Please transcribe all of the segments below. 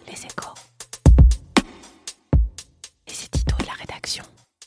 Les Échos. Les éditos de la rédaction.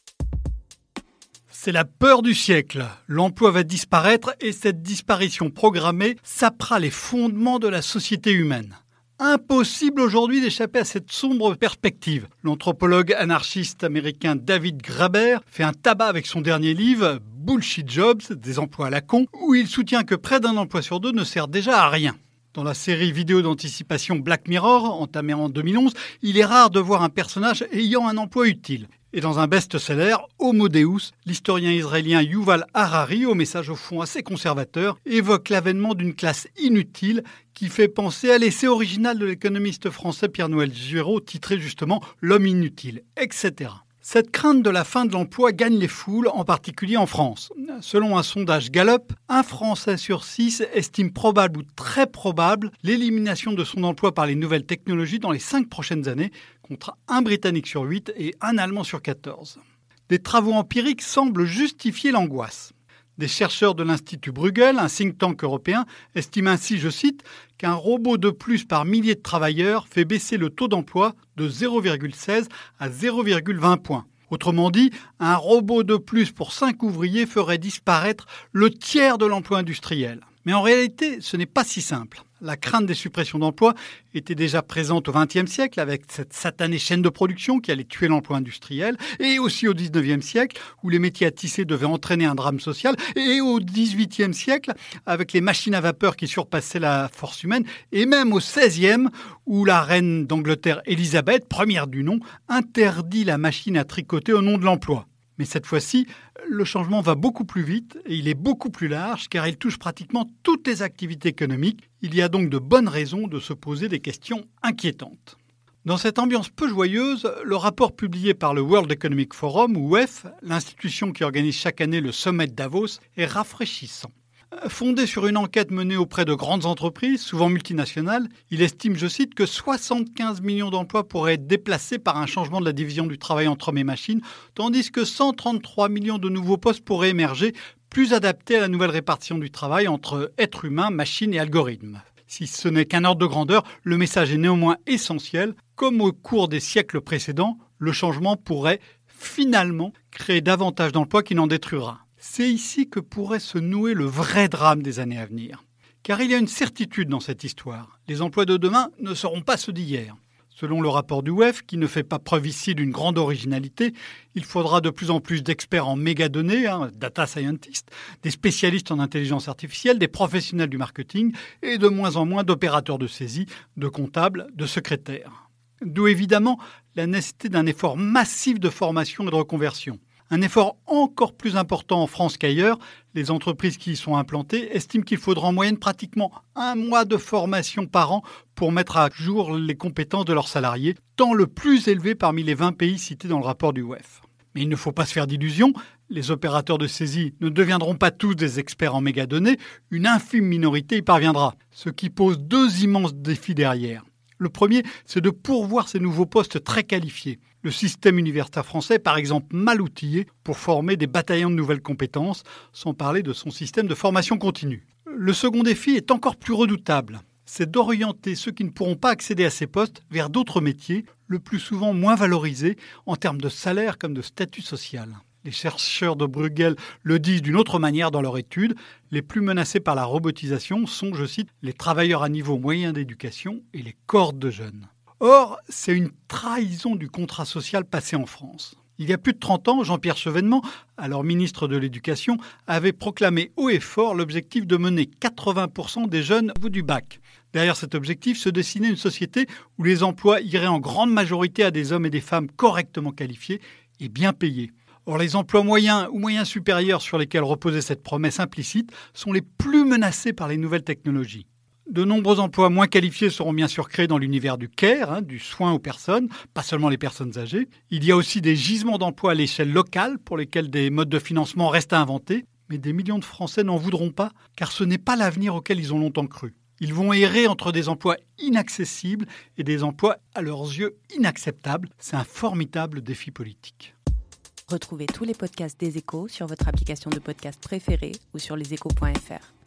C'est la peur du siècle. L'emploi va disparaître et cette disparition programmée sapera les fondements de la société humaine. Impossible aujourd'hui d'échapper à cette sombre perspective. L'anthropologue anarchiste américain David Graeber fait un tabac avec son dernier livre « Bullshit Jobs », des emplois à la con, où il soutient que près d'un emploi sur deux ne sert déjà à rien. Dans la série vidéo d'anticipation Black Mirror, entamée en 2011, il est rare de voir un personnage ayant un emploi utile. Et dans un best-seller, Homo Deus, l'historien israélien Yuval Harari, au message au fond assez conservateur, évoque l'avènement d'une classe inutile qui fait penser à l'essai original de l'économiste français Pierre-Noël Giraud, titré justement « L'homme inutile », etc. Cette crainte de la fin de l'emploi gagne les foules, en particulier en France. Selon un sondage Gallup, un Français sur 6 estime probable ou très probable l'élimination de son emploi par les nouvelles technologies dans les 5 prochaines années, contre un Britannique sur 8 et un Allemand sur 14. Des travaux empiriques semblent justifier l'angoisse. Des chercheurs de l'Institut Bruegel, un think tank européen, estiment ainsi, je cite, qu'un robot de plus par millier de travailleurs fait baisser le taux d'emploi de 0,16 à 0,20 points. Autrement dit, un robot de plus pour 5 ouvriers ferait disparaître le tiers de l'emploi industriel. Mais en réalité, ce n'est pas si simple. La crainte des suppressions d'emplois était déjà présente au XXe siècle avec cette satanée chaîne de production qui allait tuer l'emploi industriel, et aussi au XIXe siècle où les métiers à tisser devaient entraîner un drame social, et au XVIIIe siècle avec les machines à vapeur qui surpassaient la force humaine, et même au XVIe où la reine d'Angleterre Élisabeth, première du nom, interdit la machine à tricoter au nom de l'emploi. Mais cette fois-ci, le changement va beaucoup plus vite et il est beaucoup plus large car il touche pratiquement toutes les activités économiques. Il y a donc de bonnes raisons de se poser des questions inquiétantes. Dans cette ambiance peu joyeuse, le rapport publié par le World Economic Forum, ou WEF, l'institution qui organise chaque année le sommet de Davos, est rafraîchissant. Fondé sur une enquête menée auprès de grandes entreprises, souvent multinationales, il estime, je cite, que 75 millions d'emplois pourraient être déplacés par un changement de la division du travail entre hommes et machines, tandis que 133 millions de nouveaux postes pourraient émerger, plus adaptés à la nouvelle répartition du travail entre êtres humains, machines et algorithmes. Si ce n'est qu'un ordre de grandeur, le message est néanmoins essentiel. Comme au cours des siècles précédents, le changement pourrait finalement créer davantage d'emplois qu'il n'en détruira. C'est ici que pourrait se nouer le vrai drame des années à venir. Car il y a une certitude dans cette histoire. Les emplois de demain ne seront pas ceux d'hier. Selon le rapport du WEF, qui ne fait pas preuve ici d'une grande originalité, il faudra de plus en plus d'experts en mégadonnées, data scientists, des spécialistes en intelligence artificielle, des professionnels du marketing et de moins en moins d'opérateurs de saisie, de comptables, de secrétaires. D'où évidemment la nécessité d'un effort massif de formation et de reconversion. Un effort encore plus important en France qu'ailleurs, les entreprises qui y sont implantées estiment qu'il faudra en moyenne pratiquement 1 mois de formation par an pour mettre à jour les compétences de leurs salariés, temps le plus élevé parmi les 20 pays cités dans le rapport du WEF. Mais il ne faut pas se faire d'illusions, les opérateurs de saisie ne deviendront pas tous des experts en mégadonnées, une infime minorité y parviendra, ce qui pose 2 immenses défis derrière. Le premier, c'est de pourvoir ces nouveaux postes très qualifiés. Le système universitaire français est par exemple mal outillé pour former des bataillons de nouvelles compétences, sans parler de son système de formation continue. Le second défi est encore plus redoutable. C'est d'orienter ceux qui ne pourront pas accéder à ces postes vers d'autres métiers, le plus souvent moins valorisés en termes de salaire comme de statut social. Les chercheurs de Bruegel le disent d'une autre manière dans leur étude. Les plus menacés par la robotisation sont, je cite, les travailleurs à niveau moyen d'éducation et les cohortes de jeunes. Or, c'est une trahison du contrat social passé en France. Il y a plus de 30 ans, Jean-Pierre Chevènement, alors ministre de l'Éducation, avait proclamé haut et fort l'objectif de mener 80% des jeunes au bout du bac. Derrière cet objectif se dessinait une société où les emplois iraient en grande majorité à des hommes et des femmes correctement qualifiés et bien payés. Or, les emplois moyens ou moyens supérieurs sur lesquels reposait cette promesse implicite sont les plus menacés par les nouvelles technologies. De nombreux emplois moins qualifiés seront bien sûr créés dans l'univers du care, du soin aux personnes, pas seulement les personnes âgées. Il y a aussi des gisements d'emplois à l'échelle locale pour lesquels des modes de financement restent à inventer. Mais des millions de Français n'en voudront pas, car ce n'est pas l'avenir auquel ils ont longtemps cru. Ils vont errer entre des emplois inaccessibles et des emplois à leurs yeux inacceptables. C'est un formidable défi politique. Retrouvez tous les podcasts des Échos sur votre application de podcast préférée ou sur leséchos.fr.